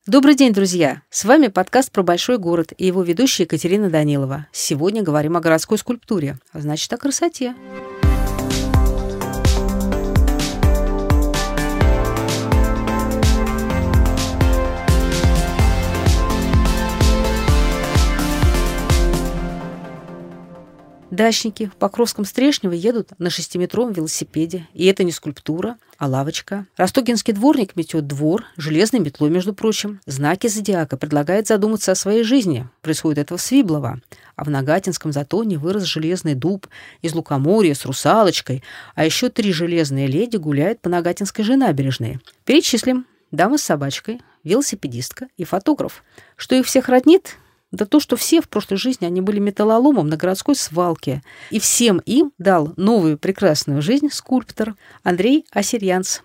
Добрый день, друзья! С вами подкаст про большой город и его ведущая Екатерина Данилова. Сегодня говорим о городской скульптуре, а значит, о красоте. Дачники в Покровском Стрешнево едут на 6-метровом велосипеде. И это не скульптура, а лавочка. Ростокинский дворник метет двор железной метлой, между прочим. Знаки зодиака предлагают задуматься о своей жизни. Происходит это в Свиблово. А в Нагатинском затоне вырос железный дуб из лукоморья с русалочкой. А еще 3 железные леди гуляют по Нагатинской же набережной. Перечислим. Дама с собачкой, велосипедистка и фотограф. Что их всех роднит? Да то, что все в прошлой жизни они были металлоломом на городской свалке. И всем им дал новую прекрасную жизнь скульптор Андрей Осирьянц.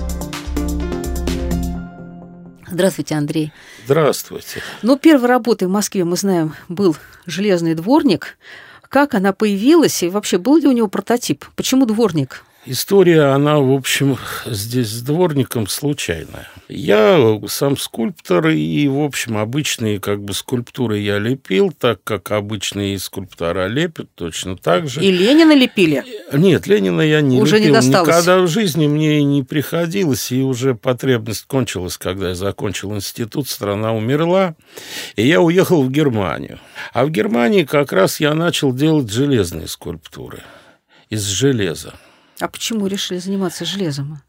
Здравствуйте, Андрей. Здравствуйте. Первой работой в Москве, мы знаем, был железный дворник. Как она появилась и вообще был ли у него прототип? Почему дворник? История, она, в общем, здесь с дворником случайная. Я сам скульптор, и, в общем, обычные скульптуры я лепил, так как обычные скульптора лепят точно так же. И Ленина лепили? Нет, Ленина я не уже лепил. Не досталось? Никогда в жизни мне не приходилось, и уже потребность кончилась, когда я закончил институт, страна умерла, и я уехал в Германию. А в Германии как раз я начал делать железные скульптуры из железа. А почему решили заниматься железом?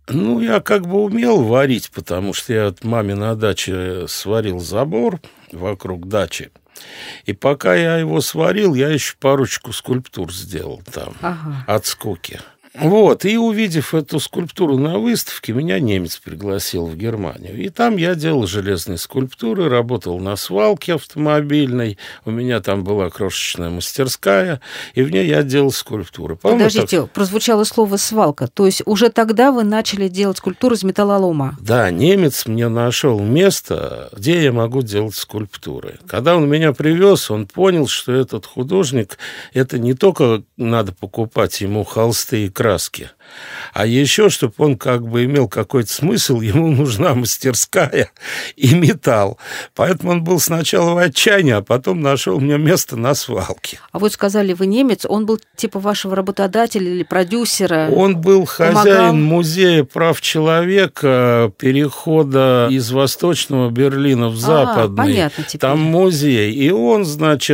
Я умел варить, потому что я от маме на даче сварил забор вокруг дачи. И пока я его сварил, я еще парочку скульптур сделал там от скуки. И увидев эту скульптуру на выставке, меня немец пригласил в Германию. И там я делал железные скульптуры, работал на свалке автомобильной. У меня там была крошечная мастерская, и в ней я делал скульптуры. Подождите, прозвучало слово «свалка». То есть уже тогда вы начали делать скульптуры из металлолома? Да, немец мне нашел место, где я могу делать скульптуры. Когда он меня привез, он понял, что этот художник, это не только надо покупать ему холсты и краски, а еще, чтобы он имел какой-то смысл, ему нужна мастерская и металл. Поэтому он был сначала в отчаянии, а потом нашел мне место на свалке. А вот сказали, вы немец, он был типа вашего работодателя или продюсера? Он был хозяин музея прав человека, перехода из Восточного Берлина в Западный. Понятно теперь. Там музей. И он,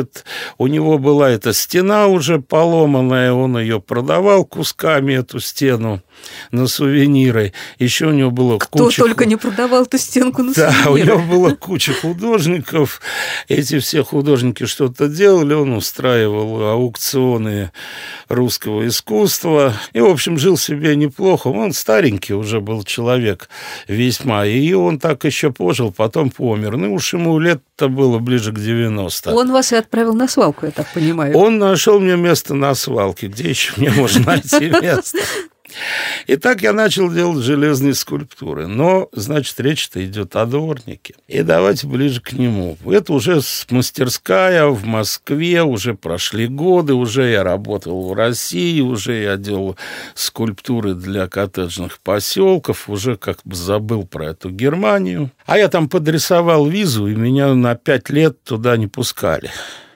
у него была эта стена уже поломанная, он ее продавал кусками, эту стену, на сувениры. Еще у него было Кто только не продавал эту стенку на сувениры. Да, у него была куча художников. Эти все художники что-то делали. Он устраивал аукционы русского искусства. И, в общем, жил себе неплохо. Он старенький уже был человек весьма. И он так еще пожил, потом помер. Уж ему лет-то было ближе к 90. Он вас и отправил на свалку, я так понимаю. Он нашел мне место на свалке. Где еще мне можно найти место? И так я начал делать железные скульптуры. Но, речь-то идет о дворнике. И давайте ближе к нему. Это уже мастерская в Москве, уже прошли годы, уже я работал в России, уже я делал скульптуры для коттеджных поселков, уже забыл про эту Германию. А я там подрисовал визу, и меня на 5 лет туда не пускали.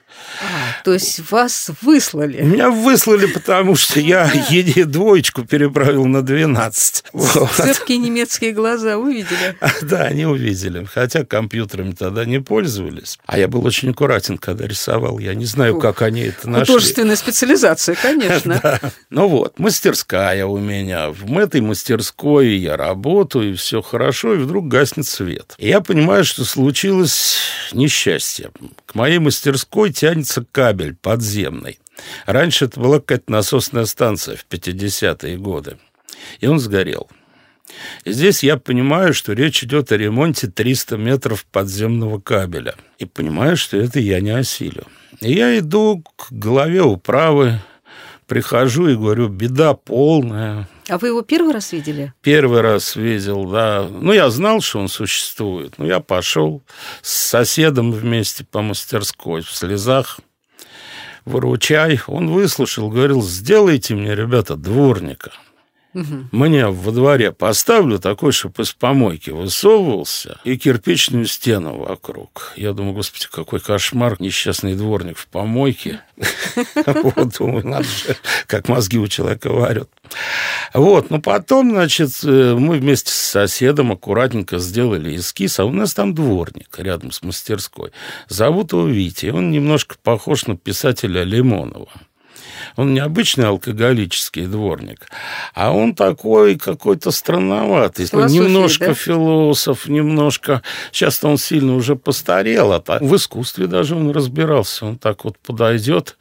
То есть вас выслали? Меня выслали, потому что я двоечку переправил на 12. Цепкие немецкие глаза увидели? Да, они увидели. Хотя компьютерами тогда не пользовались. А я был очень аккуратен, когда рисовал. Я не знаю, как они это нашли. Художественная специализация, конечно. Да. Мастерская у меня. В этой мастерской я работаю, и все хорошо, и вдруг гаснет свет. И я понимаю, что случилось несчастье. К моей мастерской тянется кабель подземный. Раньше это была какая-то насосная станция в 50-е годы. И он сгорел. И здесь я понимаю, что речь идет о ремонте 300 метров подземного кабеля. И понимаю, что это я не осилю. И я иду к главе управы, прихожу и говорю, беда полная. А вы его первый раз видели? Первый раз видел, да. Я знал, что он существует. Я пошел с соседом вместе по мастерской в слезах. Выручай. Он выслушал, говорил, сделайте мне, ребята, дворника. Мне во дворе поставлю такой, чтобы из помойки высовывался, и кирпичную стену вокруг. Я думаю, господи, какой кошмар, несчастный дворник в помойке. Вот, думаю, надо же, как мозги у человека варят. Вот, но потом, значит, мы вместе с соседом аккуратненько сделали эскиз, а у нас там дворник рядом с мастерской. Зовут его Витя, он немножко похож на писателя Лимонова. Он не обычный алкоголический дворник, а он такой какой-то странноватый. Немножко да? Философ, немножко... Сейчас-то он сильно уже постарел, а в искусстве даже он разбирался. Он так вот подойдет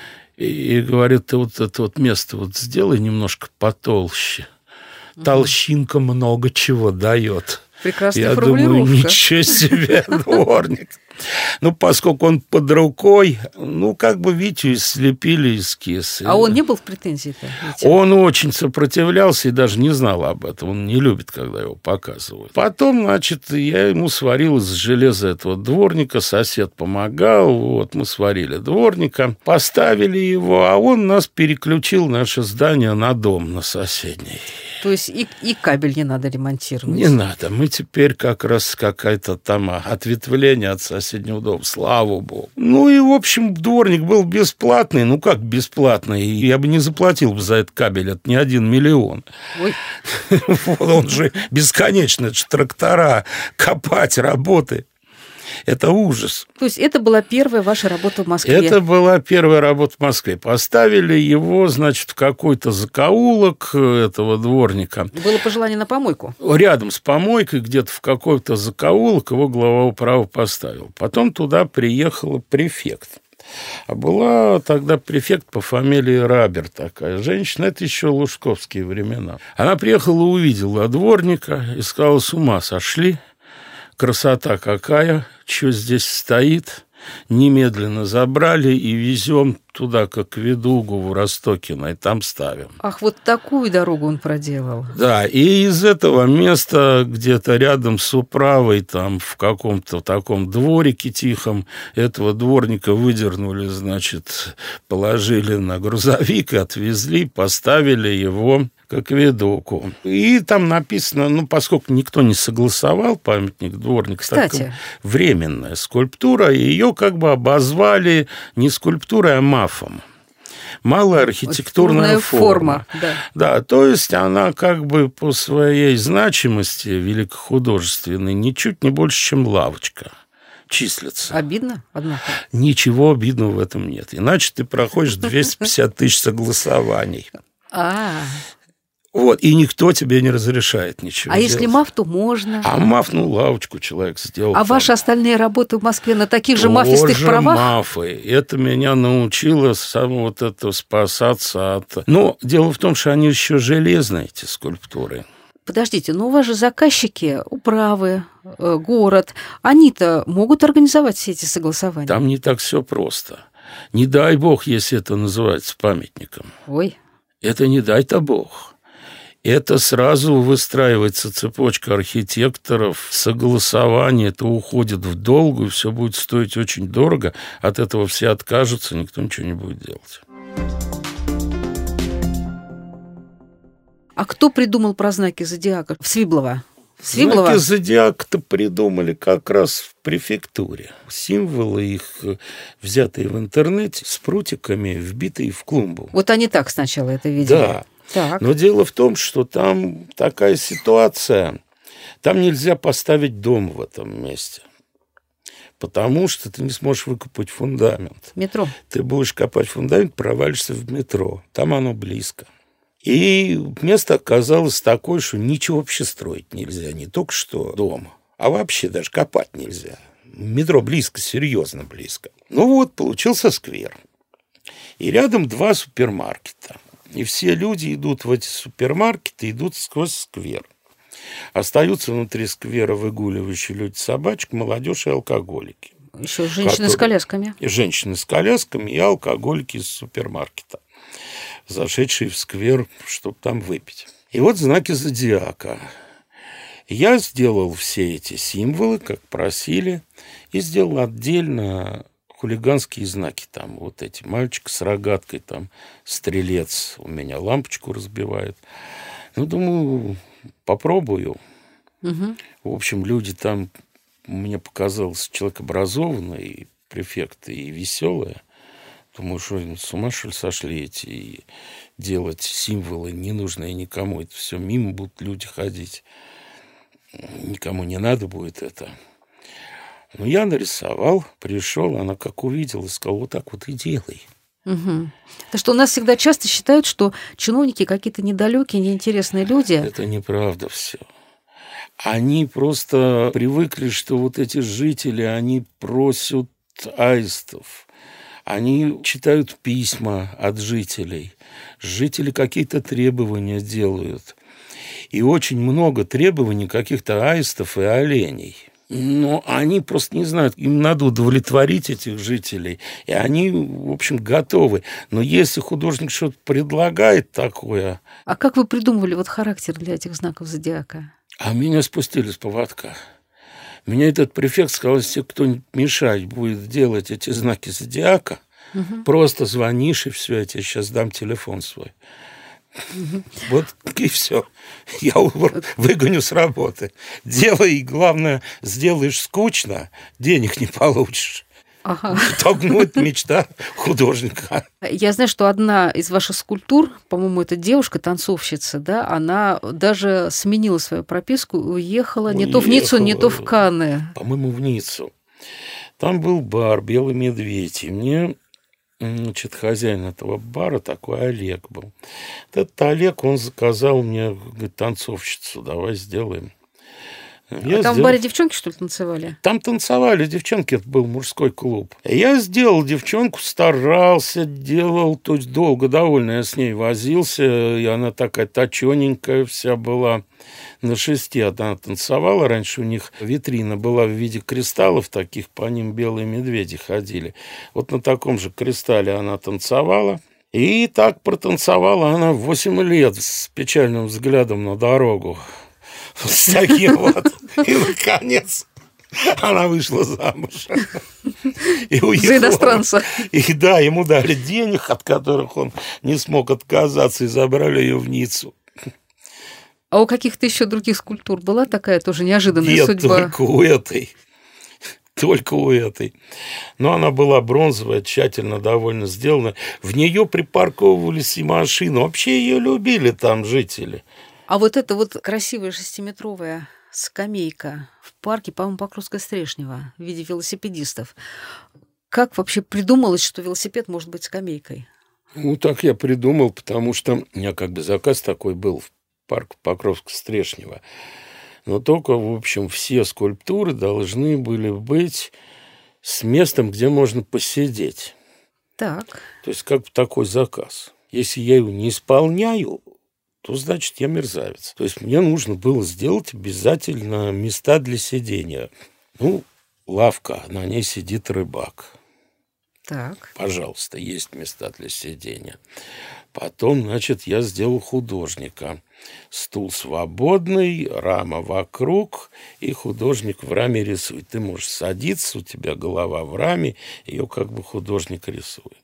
и говорит, ты вот это вот место вот сделай немножко потолще. Толщинка много чего дает. Прекрасная Я формулировка. Думаю, ничего себе, дворник. Ну, поскольку он под рукой, ну, как бы Витю слепили эскиз. А он не был в претензии-то? Витя? Он очень сопротивлялся и даже не знал об этом. Он не любит, когда его показывают. Потом, значит, я ему сварил из железа этого дворника, сосед помогал, вот, мы сварили дворника, поставили его, а он нас переключил, наше здание, на дом, на соседний. То есть и кабель не надо ремонтировать? Не надо. Мы теперь как раз какое-то там ответвление от соседнего дома. Слава богу. Ну и, в общем, дворник был бесплатный. Ну как бесплатный? Я бы не заплатил бы за этот кабель. Это не 1 миллион. Ой. Он же бесконечно. Это же трактора, копать, работы. Это ужас. То есть это была первая ваша работа в Москве? Это была первая работа в Москве. Поставили его, значит, в какой-то закоулок этого дворника. Было пожелание на помойку? Рядом с помойкой, где-то в какой-то закоулок, его глава управы поставил. Потом туда приехала префект. А была тогда префект по фамилии Рабер такая женщина, это еще лужковские времена. Она приехала, увидела дворника и сказала, с ума сошли. Красота какая, что здесь стоит. Немедленно забрали и везем туда, как к Ведугу в Ростокино, и там ставим. Ах, вот такую дорогу он проделал. Да, и из этого места, где-то рядом с управой, там в каком-то таком дворике тихом, этого дворника выдернули, значит, положили на грузовик, отвезли, поставили его к Акведуку. И там написано, ну, поскольку никто не согласовал памятник дворник, кстати, временная скульптура, ее как бы обозвали не скульптурой, а мафом. Малая архитектурная форма. Да, то есть она как бы по своей значимости великохудожественной ничуть не больше, чем лавочка числится. Обидно, однако? Ничего обидного в этом нет. Иначе ты проходишь 250 тысяч согласований. Вот, и никто тебе не разрешает ничего делать. Если маф, то можно. А маф, ну, лавочку человек сделал. А ваши остальные работы в Москве на таких же мафистых правах? Мафы. Это меня научило само вот это спасаться от... Но дело в том, что они еще железные, эти скульптуры. Подождите, но у вас же заказчики, управы, город, они-то могут организовать все эти согласования? Там не так все просто. Не дай бог, если это называется памятником. Ой. Это не дай-то бог. Это сразу выстраивается цепочка архитекторов, согласование, это уходит в долгу, и все будет стоить очень дорого. От этого все откажутся, никто ничего не будет делать. А кто придумал про знаки зодиака? Свиблова? Знаки зодиака-то придумали как раз в префектуре. Символы их, взятые в интернете, с прутиками, вбитые в клумбу. Вот они так сначала это видели? Да. Так. Но дело в том, что там такая ситуация, там нельзя поставить дом в этом месте, потому что ты не сможешь выкопать фундамент. Метро. Ты будешь копать фундамент, провалишься в метро, там оно близко. И место оказалось такое, что ничего вообще строить нельзя, не только что дом, а вообще даже копать нельзя. Метро близко, серьезно близко. Ну вот, получился сквер. И рядом 2 супермаркета. И все люди идут в эти супермаркеты, идут сквозь сквер. Остаются внутри сквера выгуливающие люди, собачек, молодежь и алкоголики. Еще женщины с колясками. И женщины с колясками, и алкоголики из супермаркета, зашедшие в сквер, чтобы там выпить. И вот знаки зодиака. Я сделал все эти символы, как просили, и сделал отдельно хулиганские знаки. Там вот эти, мальчик с рогаткой, там стрелец у меня лампочку разбивает. Ну, думаю, попробую. Угу. В общем, люди там, мне показалось, человек образованный, префект, и веселый. Думаю, что с ума, что ли, сошли эти, и делать символы ненужные никому. Это все мимо будут люди ходить. Никому не надо будет это. Ну, я нарисовал, пришел, она как увидела, сказала, вот так вот и делай. Угу. Потому что у нас всегда часто считают, что чиновники какие-то недалекие, неинтересные люди. Это неправда все. Они просто привыкли, что вот эти жители, они просят аистов. Они читают письма от жителей. Жители какие-то требования делают. И очень много требований каких-то аистов и оленей. Но они просто не знают, им надо удовлетворить этих жителей, и они, в общем, готовы. Но если художник что-то предлагает такое... А как вы придумывали вот характер для этих знаков зодиака? А меня спустили с поводка. Меня этот префект сказал, если кто-нибудь мешать будет делать эти знаки зодиака, просто звонишь, и все, я тебе сейчас дам телефон свой. Вот и все. Я выгоню с работы. Делай, главное, сделаешь скучно, денег не получишь. Ага. Толкнуть мечта художника. Я знаю, что одна из ваших скульптур, по-моему, это девушка-танцовщица, да, она даже сменила свою прописку и уехала не то в Ниццу, не то в Канны. По-моему, в Ниццу. Там был бар «Белый медведь», и мне... Значит, хозяин этого бара такой Олег был. Этот Олег, он заказал мне, говорит, танцовщицу, давай сделаем. А там в баре девчонки, что ли, танцевали? Там танцевали девчонки, это был мужской клуб. Я сделал девчонку, старался, делал, то есть долго довольно я с ней возился, и она такая точененькая вся была. На шесте она танцевала, раньше у них витрина была в виде кристаллов таких, по ним белые медведи ходили. Вот на таком же кристалле она танцевала. И так протанцевала она 8 лет с печальным взглядом на дорогу. С таким вот. И, наконец, она вышла замуж. И уехала. За иностранца. И да, ему дали денег, от которых он не смог отказаться, и забрали ее в Ниццу. А у каких-то еще других скульптур была такая тоже неожиданная судьба? Нет, только у этой. Только у этой. Но она была бронзовая, тщательно довольно сделана. В нее припарковывались и машины. Вообще ее любили там жители. А вот эта вот красивая 6-метровая скамейка в парке, по-моему, Покровская-Стрешнева в виде велосипедистов. Как вообще придумалось, что велосипед может быть скамейкой? Ну, так я придумал, потому что у меня как бы заказ такой был в парк Покровск-Стрешнева. Но только, в общем, все скульптуры должны были быть с местом, где можно посидеть. Так. То есть как бы такой заказ. Если я его не исполняю, то, значит, я мерзавец. То есть мне нужно было сделать обязательно места для сидения. Ну, лавка, на ней сидит рыбак. Так. Пожалуйста, есть места для сидения. Потом, значит, я сделал художника. Стул свободный, рама вокруг, и художник в раме рисует. Ты можешь садиться, у тебя голова в раме, ее как бы художник рисует.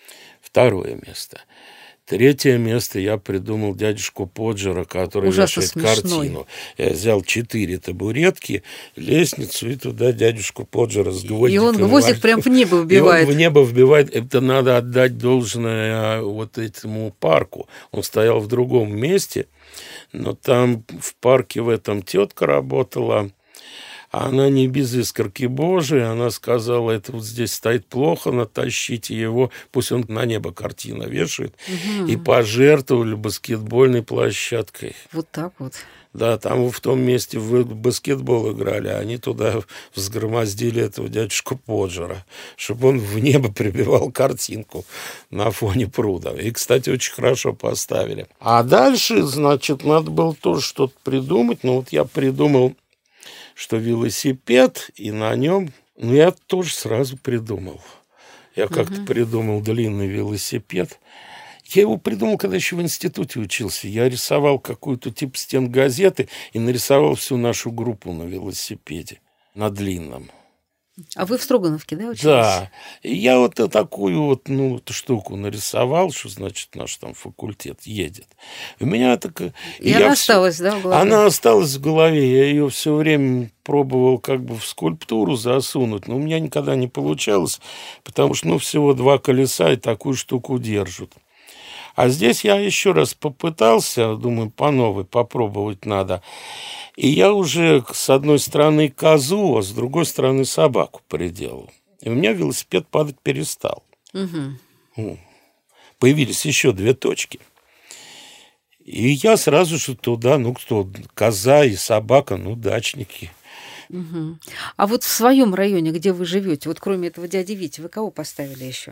Второе место. Третье место я придумал дядюшку Поджера, который вешает картину. Я взял 4 табуретки, лестницу, и туда дядюшку Поджера с гвоздиком. И он гвоздик прям в небо вбивает. И он в небо вбивает. Это надо отдать должное вот этому парку. Он стоял в другом месте, но там в парке в этом тетка работала. Она не без искорки Божией, она сказала, это вот здесь стоит плохо, натащите его, пусть он на небо картину вешает, и пожертвовали баскетбольной площадкой. Вот так вот. Да, там в том месте в баскетбол играли, а они туда взгромоздили этого дядюшку Поджера, чтобы он в небо прибивал картинку на фоне пруда. И, кстати, очень хорошо поставили. А дальше, значит, надо было тоже что-то придумать. Ну, вот я придумал, что велосипед, и на нем... Ну, я тоже сразу придумал. Я как-то придумал длинный велосипед. Я его придумал, когда еще в институте учился. Я рисовал какую-то типа стен газеты и нарисовал всю нашу группу на велосипеде, на длинном. А вы в Строгановке, да, учились? Да. И я вот такую вот, эту штуку нарисовал, что, значит, наш там факультет едет. У меня так... И она осталась, да, в голове? Она осталась в голове. Я ее все время пробовал как бы в скульптуру засунуть, но у меня никогда не получалось, потому что, всего 2 колеса и такую штуку держат. А здесь я еще раз попытался, думаю, по новой попробовать надо. И я уже с одной стороны козу, а с другой стороны собаку приделал. И у меня велосипед падать перестал. Угу. Появились еще 2 точки. И я сразу же туда, кто, коза и собака, дачники. Угу. А вот в своем районе, где вы живете, вот кроме этого дяди Вити, вы кого поставили еще?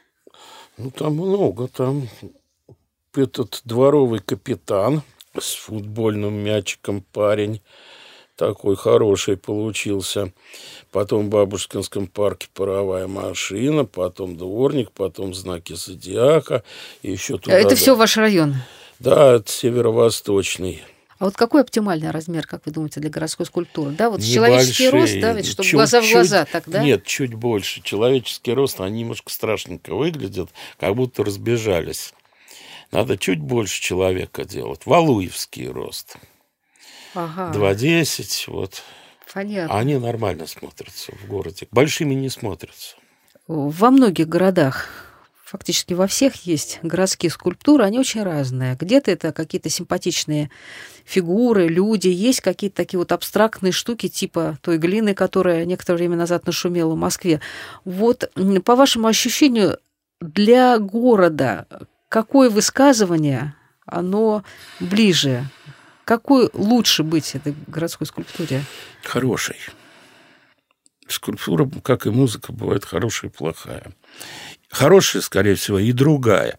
Там много, там... Этот дворовый капитан с футбольным мячиком парень такой хороший получился. Потом в Бабушкинском парке паровая машина, потом дворник, потом знаки зодиака. И еще туда. Это все ваш район? Да, это северо-восточный. А вот какой оптимальный размер, как вы думаете, для городской скульптуры? Да, вот человеческий рост, да, ведь чтобы глаза в глаза, так, да? Нет, чуть больше. Человеческий рост, они немножко страшненько выглядят, как будто разбежались. Надо чуть больше человека делать. Валуевский рост. Ага. 2,10, вот. Понятно. Они нормально смотрятся в городе. Большими не смотрятся. Во многих городах, фактически во всех, есть городские скульптуры. Они очень разные. Где-то это какие-то симпатичные фигуры, люди. Есть какие-то такие вот абстрактные штуки, типа той глины, которая некоторое время назад нашумела в Москве. Вот, по вашему ощущению, для города... Какое высказывание, оно ближе? Какой лучше быть этой городской скульптуре? Хорошей. Скульптура, как и музыка, бывает хорошая и плохая. Хорошая, скорее всего, и другая.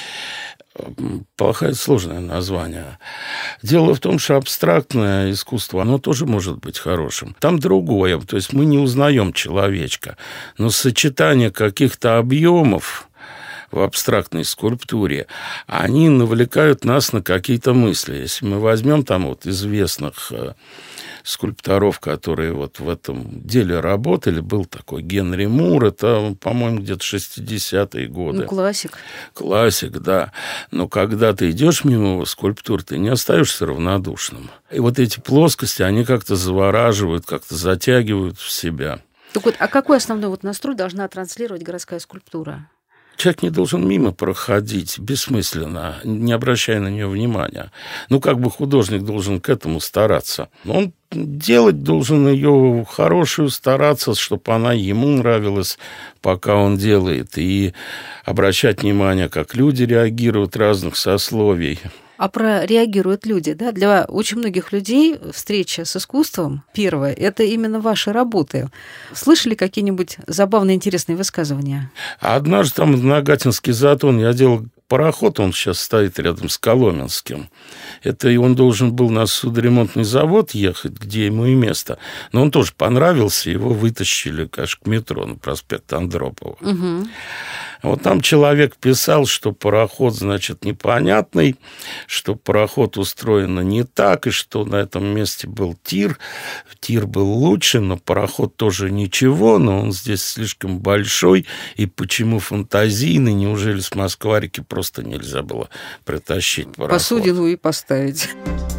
Плохая — сложное название. Дело в том, что абстрактное искусство, оно тоже может быть хорошим. Там другое. То есть мы не узнаем человечка. Но сочетание каких-то объемов в абстрактной скульптуре, они навлекают нас на какие-то мысли. Если мы возьмем там вот известных скульпторов, которые вот в этом деле работали, был такой Генри Мур, это, по-моему, где-то 60-е годы. Классик. Классик, да. Но когда ты идешь мимо его скульптур, ты не остаешься равнодушным. И вот эти плоскости, они как-то завораживают, как-то затягивают в себя. Так вот, а какой основной вот настрой должна транслировать городская скульптура? Человек не должен мимо проходить бессмысленно, не обращая на нее внимания. Как бы художник должен к этому стараться. Он делать должен ее хорошую, стараться, чтобы она ему нравилась, пока он делает. И обращать внимание, как люди реагируют разных сословий. А реагируют люди, да? Для очень многих людей встреча с искусством, первое, это именно ваши работы. Слышали какие-нибудь забавные, интересные высказывания? Однажды там на Гатинский затон я делал пароход, он сейчас стоит рядом с Коломенским. Это и он должен был на судоремонтный завод ехать, где ему и место. Но он тоже понравился, его вытащили, конечно, к метро на проспект Андропова. Угу. Вот там человек писал, что пароход, значит, непонятный, что пароход устроен не так, и что на этом месте был тир. Тир был лучше, но пароход тоже ничего, но он здесь слишком большой, и почему фантазийный, неужели с Москварики просто нельзя было притащить пароход? Посудину и поставить.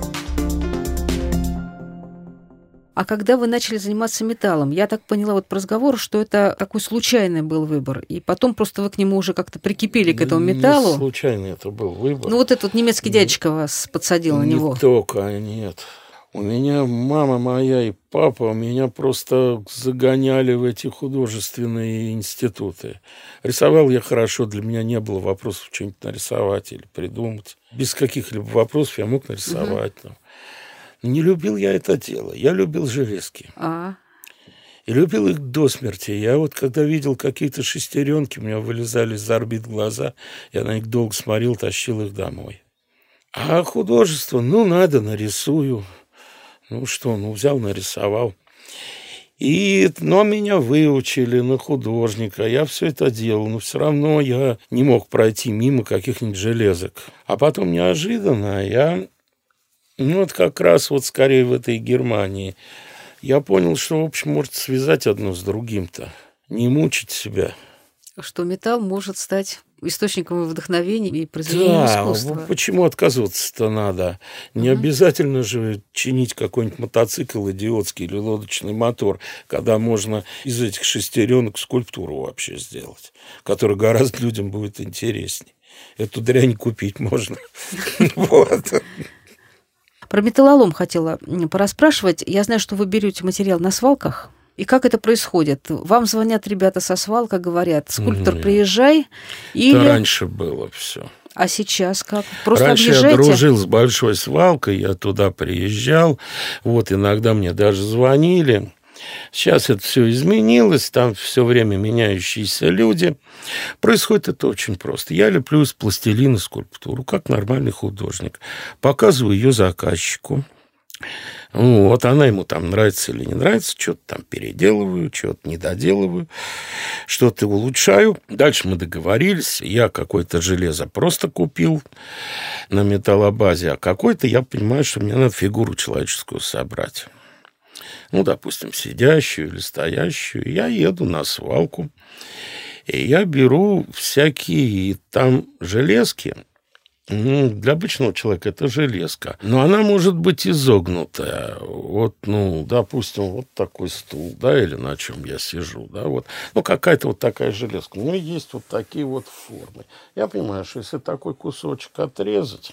А когда вы начали заниматься металлом, я так поняла вот по разговору, что это такой случайный был выбор, и потом просто вы к нему уже как-то прикипели, к этому металлу. Не случайный это был выбор. Ну вот этот вот немецкий дядечка вас подсадил на него. Не только, нет. У меня мама моя и папа меня просто загоняли в эти художественные институты. Рисовал я хорошо, для меня не было вопросов что-нибудь нарисовать или придумать. Без каких-либо вопросов я мог нарисовать. Не любил я это дело. Я любил железки. И любил их до смерти. Я вот когда видел какие-то шестеренки, у меня вылезали из орбит глаза, я на них долго смотрел, тащил их домой. А художество, надо, нарисую. Взял, нарисовал. Но меня выучили на художника, я все это делал, но все равно я не мог пройти мимо каких-нибудь железок. А потом неожиданно я... как раз скорее в этой Германии. Я понял, что, в общем, может связать одно с другим-то, не мучить себя. Что металл может стать источником вдохновения и произведения искусства. Да, почему отказываться-то надо? Не обязательно же чинить какой-нибудь мотоцикл идиотский или лодочный мотор, когда можно из этих шестеренок скульптуру вообще сделать, которая гораздо людям будет интересней. Эту дрянь купить можно. Про металлолом хотела порасспрашивать. Я знаю, что вы берете материал на свалках. И как это происходит? Вам звонят ребята со свалка, говорят: скульптор, приезжай. Или... Это раньше было все. А сейчас как? Просто раньше объезжаете? Я дружил с большой свалкой, я туда приезжал. Вот иногда мне даже звонили. Сейчас это все изменилось, там все время меняющиеся люди. Происходит это очень просто. Я леплю из пластилина скульптуру, как нормальный художник. Показываю ее заказчику. Вот, она ему там нравится или не нравится, что-то там переделываю, что-то недоделываю, что-то улучшаю. Дальше мы договорились, я какое-то железо просто купил на металлобазе, а какое-то я понимаю, что мне надо фигуру человеческую собрать. Ну, допустим, сидящую или стоящую. Я еду на свалку, и я беру всякие там железки. Для обычного человека это железка. Но она может быть изогнутая. Вот, допустим, вот такой стул, да, или на чем я сижу, да, вот. Какая-то вот такая железка. Есть вот такие вот формы. Я понимаю, что если такой кусочек отрезать,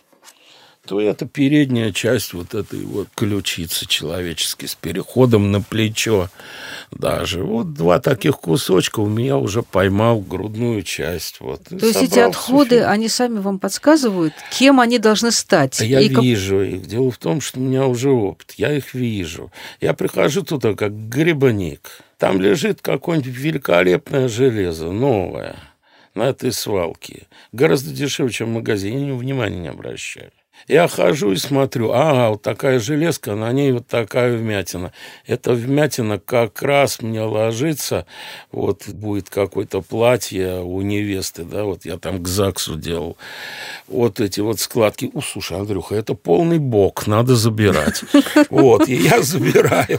то это передняя часть вот этой вот ключицы человеческой с переходом на плечо даже. Вот 2 таких кусочка у меня уже поймал грудную часть. Вот. То есть эти отходы, они сами вам подсказывают, кем они должны стать? Я вижу их. Дело в том, что у меня уже опыт. Я их вижу. Я прихожу туда как грибник. Там лежит какое-нибудь великолепное железо, новое, на этой свалке. Гораздо дешевле, чем в магазине. Я на него внимания не обращаю. Я хожу и смотрю, вот такая железка, на ней вот такая вмятина. Эта вмятина как раз мне ложится, вот будет какое-то платье у невесты, да, вот я там к ЗАГСу делал. Вот эти вот складки. Слушай, Андрюха, это полный бок, надо забирать. Вот, и я забираю.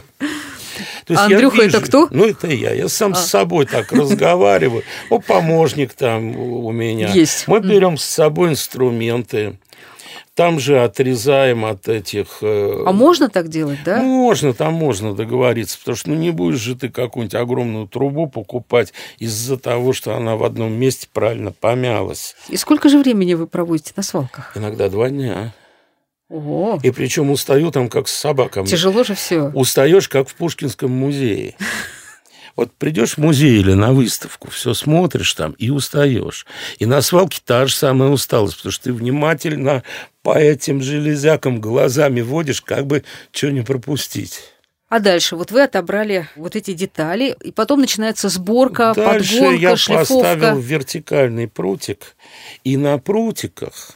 То есть Андрюха, это кто? Это я. Я сам с собой так разговариваю. Помощник там у меня. Есть. Мы берем с собой инструменты. Там же отрезаем от этих... А можно так делать, да? Можно, там можно договориться, потому что не будешь же ты какую-нибудь огромную трубу покупать из-за того, что она в одном месте правильно помялась. И сколько же времени вы проводите на свалках? Иногда 2 дня. Ого. И причем устаю там как с собаками. Тяжело же все. Устаешь как в Пушкинском музее. Вот придешь в музей или на выставку, все смотришь там и устаешь. И на свалке та же самая усталость, потому что ты внимательно по этим железякам глазами водишь, как бы что не пропустить. А дальше вот вы отобрали вот эти детали, и потом начинается сборка, дальше подгонка, я шлифовка. поставил вертикальный прутик, и на прутиках,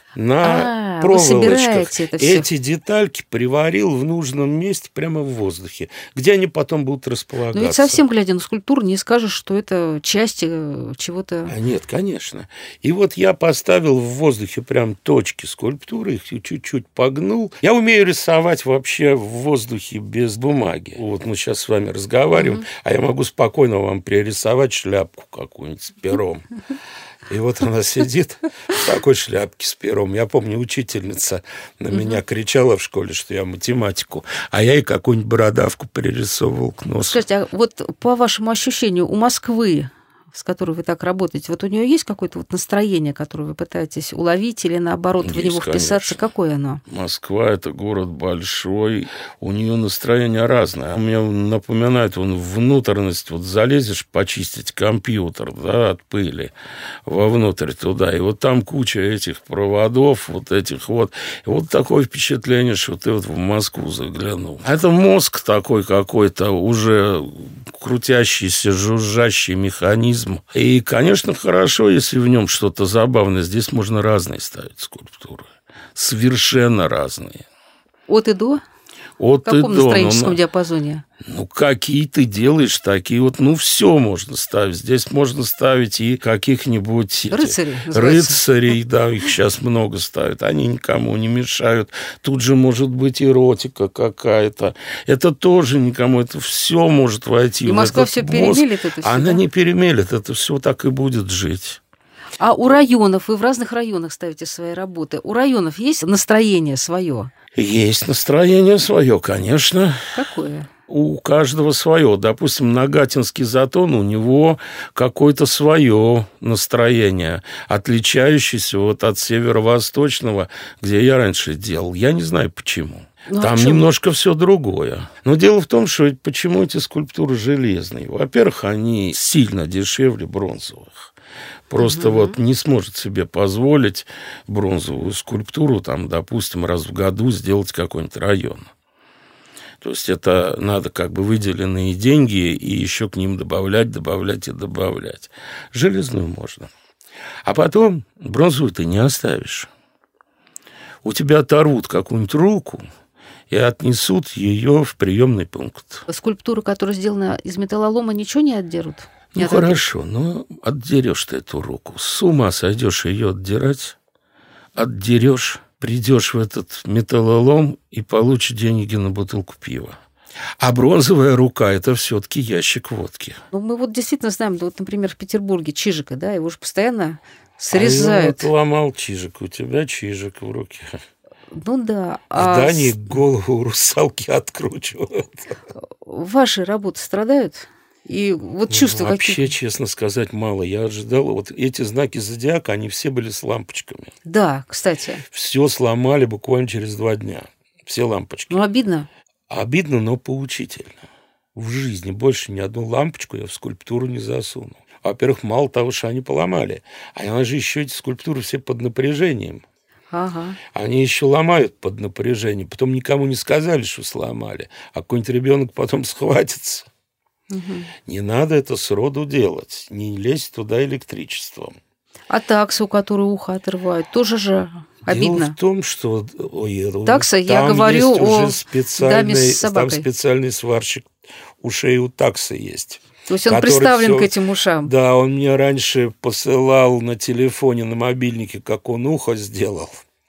на вы собираете проволочках это всё. эти детальки приварил в нужном месте прямо в воздухе, где они потом будут располагаться. Но ведь совсем, глядя на скульптуру, не скажешь, что это часть чего-то... Нет, конечно. И вот я поставил в воздухе прям точки скульптуры, их чуть-чуть погнул. Я умею рисовать вообще в воздухе без бумаги. Вот мы сейчас с вами разговариваем, а я могу спокойно вам пририсовать шляпку какую-нибудь с пером. И вот она сидит в такой шляпке с пером. Я помню, учительница на меня кричала в школе, что я математику, а я ей какую-нибудь бородавку пририсовывал к носу. Скажите, а вот по вашему ощущению, у Москвы, с которой вы так работаете, вот у нее есть какое-то вот настроение, которое вы пытаетесь уловить или, наоборот, в него вписаться? Конечно. Какое оно? Москва – это город большой, у нее настроение разное. Мне напоминает внутренность, вот залезешь почистить компьютер, да, от пыли вовнутрь туда, и вот там куча этих проводов, вот этих вот. И вот такое впечатление, что ты вот в Москву заглянул. Это мозг такой какой-то уже крутящийся, жужжащий механизм. И, конечно, хорошо, если в нем что-то забавное. Здесь можно разные ставить скульптуры. Совершенно разные. От и до? В каком настроенческом диапазоне? Ну, какие ты делаешь, такие вот, ну, все можно ставить. Здесь можно ставить и каких-нибудь... Рыцарей, да, их сейчас много ставят. Они никому не мешают. Тут же может быть эротика какая-то. Это тоже никому, это все может войти. И Москва все перемелет это все? Она не перемелет, это все так и будет жить. А у районов, вы в разных районах ставите свои работы, у районов есть настроение свое? Есть настроение свое, конечно. Какое? У каждого свое. Допустим, Нагатинский затон, у него какое-то свое настроение, отличающееся вот от северо-восточного, где я раньше делал. Я не знаю почему. Там немножко все другое. Но дело в том, что почему эти скульптуры железные? Во-первых, они сильно дешевле бронзовых. Просто вот не сможет себе позволить бронзовую скульптуру, там, допустим, раз в году сделать какой-нибудь район. То есть это надо как бы выделенные деньги и еще к ним добавлять. Железную можно. А потом бронзовую ты не оставишь. У тебя оторвут какую-нибудь руку и отнесут ее в приемный пункт. Скульптура, которая сделана из металлолома, ничего не отдерут? Ну, хорошо, но отдерешь ты эту руку. С ума сойдешь ее отдирать, отдерешь, придешь в этот металлолом и получишь деньги на бутылку пива. А бронзовая рука – это все-таки ящик водки. Ну, мы вот действительно знаем, вот, например, в Петербурге Чижика, да, его же постоянно срезают. А я ломал Чижик, у тебя Чижик в руке. Ну да. В Дании голову русалки откручивают. Ваши работы страдают? И вот чувства вообще, честно сказать, мало. Я ожидал, вот эти знаки зодиака, они все были с лампочками. Да, кстати. Все сломали буквально через 2 дня. Все лампочки. Ну, обидно. Обидно, но поучительно. В жизни больше ни одну лампочку я в скульптуру не засунул. Во-первых, мало того, что они поломали, они же еще эти скульптуры все под напряжением. Ага. Они еще ломают под напряжением. Потом никому не сказали, что сломали. А какой-нибудь ребенок потом схватится. Не надо это сроду делать, не лезть туда электричеством. А такса, у которой ухо отрывают, тоже же обидно. Дело в том, что такса, я говорю о даме с собакой. Там специальный сварщик ушей у таксы есть. То есть он приставлен к этим ушам? Да, он мне раньше посылал на телефоне, на мобильнике, как он ухо сделал.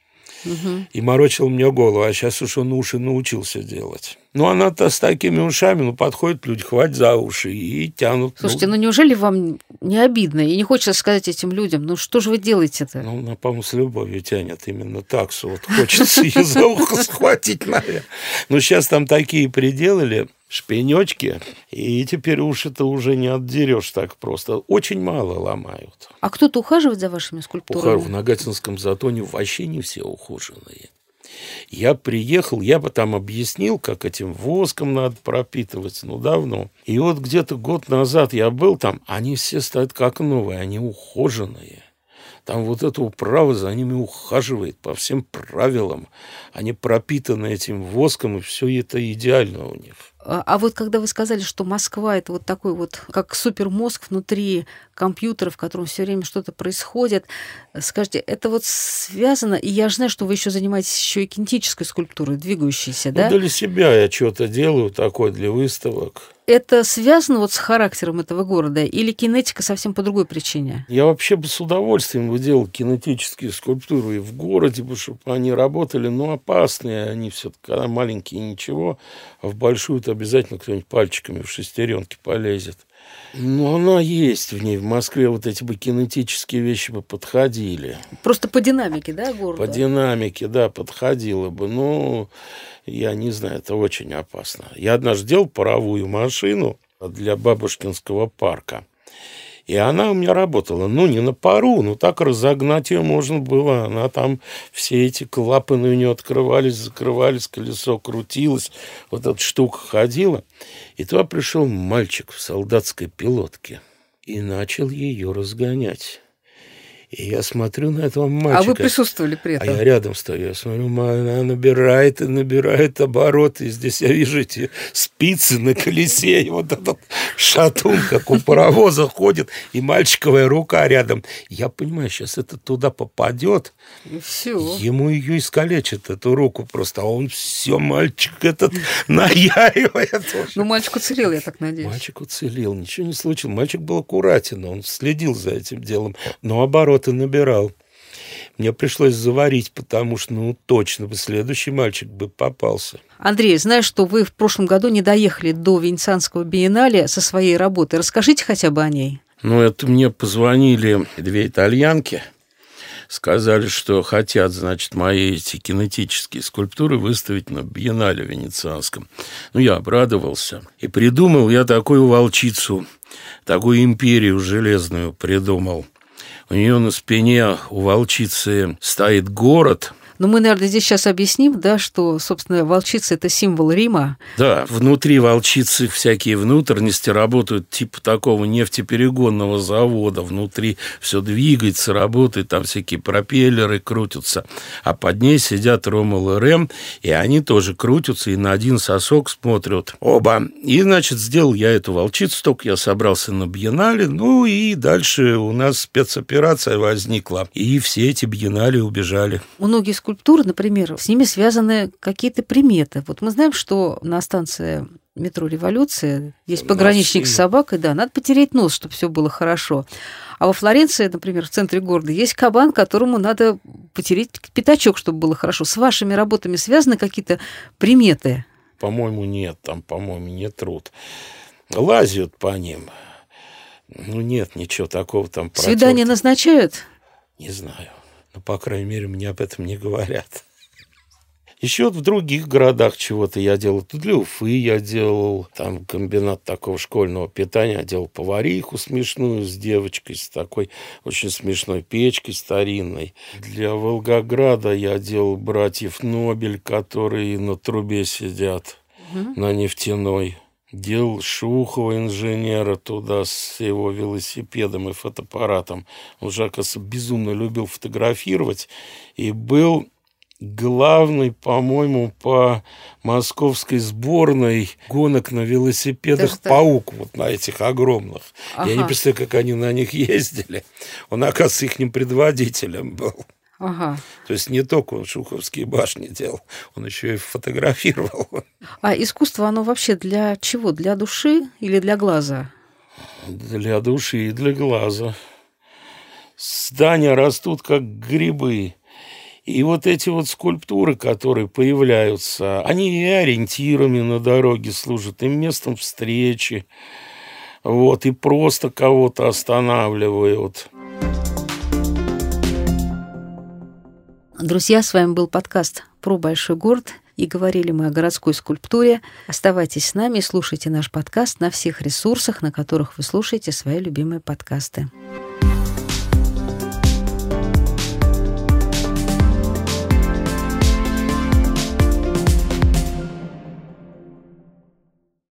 И морочил мне голову, а сейчас уж он уши научился делать. Ну, она-то с такими ушами, подходят люди, хватит за уши и тянут. Слушайте, неужели вам не обидно? И не хочется сказать этим людям, что же вы делаете-то? Она, по-моему, с любовью тянет именно таксу. Вот хочется ее за ухо схватить, наверное. Но сейчас там такие приделали шпенечки, и теперь уши-то уже не отдерешь так просто. Очень мало ломают. А кто-то ухаживает за вашими скульптурами? В Нагатинском затоне вообще не все ухоженные. Я приехал, я бы там объяснил, как этим воском надо пропитывать, давно. И вот где-то год назад я был там, они все стоят как новые, они ухоженные. Там вот эта управа за ними ухаживает по всем правилам. Они пропитаны этим воском, и все это идеально у них. А вот когда вы сказали, что Москва – это вот такой вот, как супермозг внутри компьютера, в котором все время что-то происходит, скажите, это вот связано, и я же знаю, что вы еще занимаетесь еще и кинетической скульптурой, двигающейся, да? Для себя я что-то делаю такое для выставок. Это связано вот с характером этого города или кинетика совсем по другой причине? Я вообще бы с удовольствием бы делал кинетические скульптуры и в городе, чтобы они работали, но опасные они все-таки, когда маленькие ничего, а в большую-то обязательно кто-нибудь пальчиками в шестеренки полезет. Но она есть в ней. В Москве вот эти бы кинетические вещи бы подходили. Просто по динамике, да, города? По динамике, да, подходило бы. Я не знаю, это очень опасно. Я однажды делал паровую машину для Бабушкинского парка. И она у меня работала, не на пару, так разогнать ее можно было. Она там, все эти клапаны у нее открывались, закрывались, колесо крутилось, вот эта штука ходила. И туда пришел мальчик в солдатской пилотке и начал ее разгонять. И я смотрю на этого мальчика. А вы присутствовали при этом? А я рядом стою. Я смотрю, она набирает и набирает обороты. И здесь я вижу эти спицы на колесе. И вот этот шатун, как у паровоза, ходит. И мальчиковая рука рядом. Я понимаю, сейчас это туда попадет. И все. Ему ее искалечит, эту руку просто. А он все, мальчик этот наяривает. Ну, мальчик уцелел, я так надеюсь. Мальчик уцелел, ничего не случилось. Мальчик был аккуратен, он следил за этим делом. Но обороты набирал. Мне пришлось заварить, потому что, точно бы следующий мальчик бы попался. Андрей, знаю, что вы в прошлом году не доехали до Венецианского биеннале со своей работой. Расскажите хотя бы о ней. Это мне позвонили 2 итальянки, сказали, что хотят, мои эти кинетические скульптуры выставить на биеннале венецианском. Я обрадовался. И придумал я такую волчицу, такую империю железную придумал. У нее на спине, у волчицы, стоит город. Но мы, наверное, здесь сейчас объясним, что, собственно, волчица – это символ Рима. Да, внутри волчицы всякие внутренности работают типа такого нефтеперегонного завода. Внутри все двигается, работает, там всякие пропеллеры крутятся. А под ней сидят Ромул и Рем, и они тоже крутятся, и на один сосок смотрят оба. И, сделал я эту волчицу, только я собрался на биеннале, и дальше у нас спецоперация возникла, и все эти биеннале убежали. Многие скульптуры, например, с ними связаны какие-то приметы. Вот мы знаем, что на станции метро «Революция» есть пограничник с собакой, надо потереть нос, чтобы все было хорошо. А во Флоренции, например, в центре города, есть кабан, которому надо потереть пятачок, чтобы было хорошо. С вашими работами связаны какие-то приметы? По-моему, нет. Там, по-моему, не труд. Лазят по ним. Нет ничего такого там. Свидания назначают? Не знаю. По крайней мере, мне об этом не говорят. Еще в других городах чего-то я делал. Тут для Уфы я делал. Там комбинат такого школьного питания. Я делал повариху смешную с девочкой, с такой очень смешной печкой старинной. Для Волгограда я делал братьев Нобель, которые на трубе сидят, на нефтяной. Делал Шухова инженера туда с его велосипедом и фотоаппаратом. Он же, оказывается, безумно любил фотографировать. И был главный, по-моему, по московской сборной гонок на велосипедах «Паук», на этих огромных. Ага. Я не представляю, как они на них ездили. Он, оказывается, ихним предводителем был. Ага. То есть не только он Шуховские башни делал, он еще и фотографировал. А искусство, оно вообще для чего? Для души или для глаза? Для души и для глаза. Здания растут как грибы. И эти скульптуры, которые появляются, они и ориентирами на дороге служат, и местом встречи, и просто кого-то останавливают. Друзья, с вами был подкаст про большой город, и говорили мы о городской скульптуре. Оставайтесь с нами и слушайте наш подкаст на всех ресурсах, на которых вы слушаете свои любимые подкасты.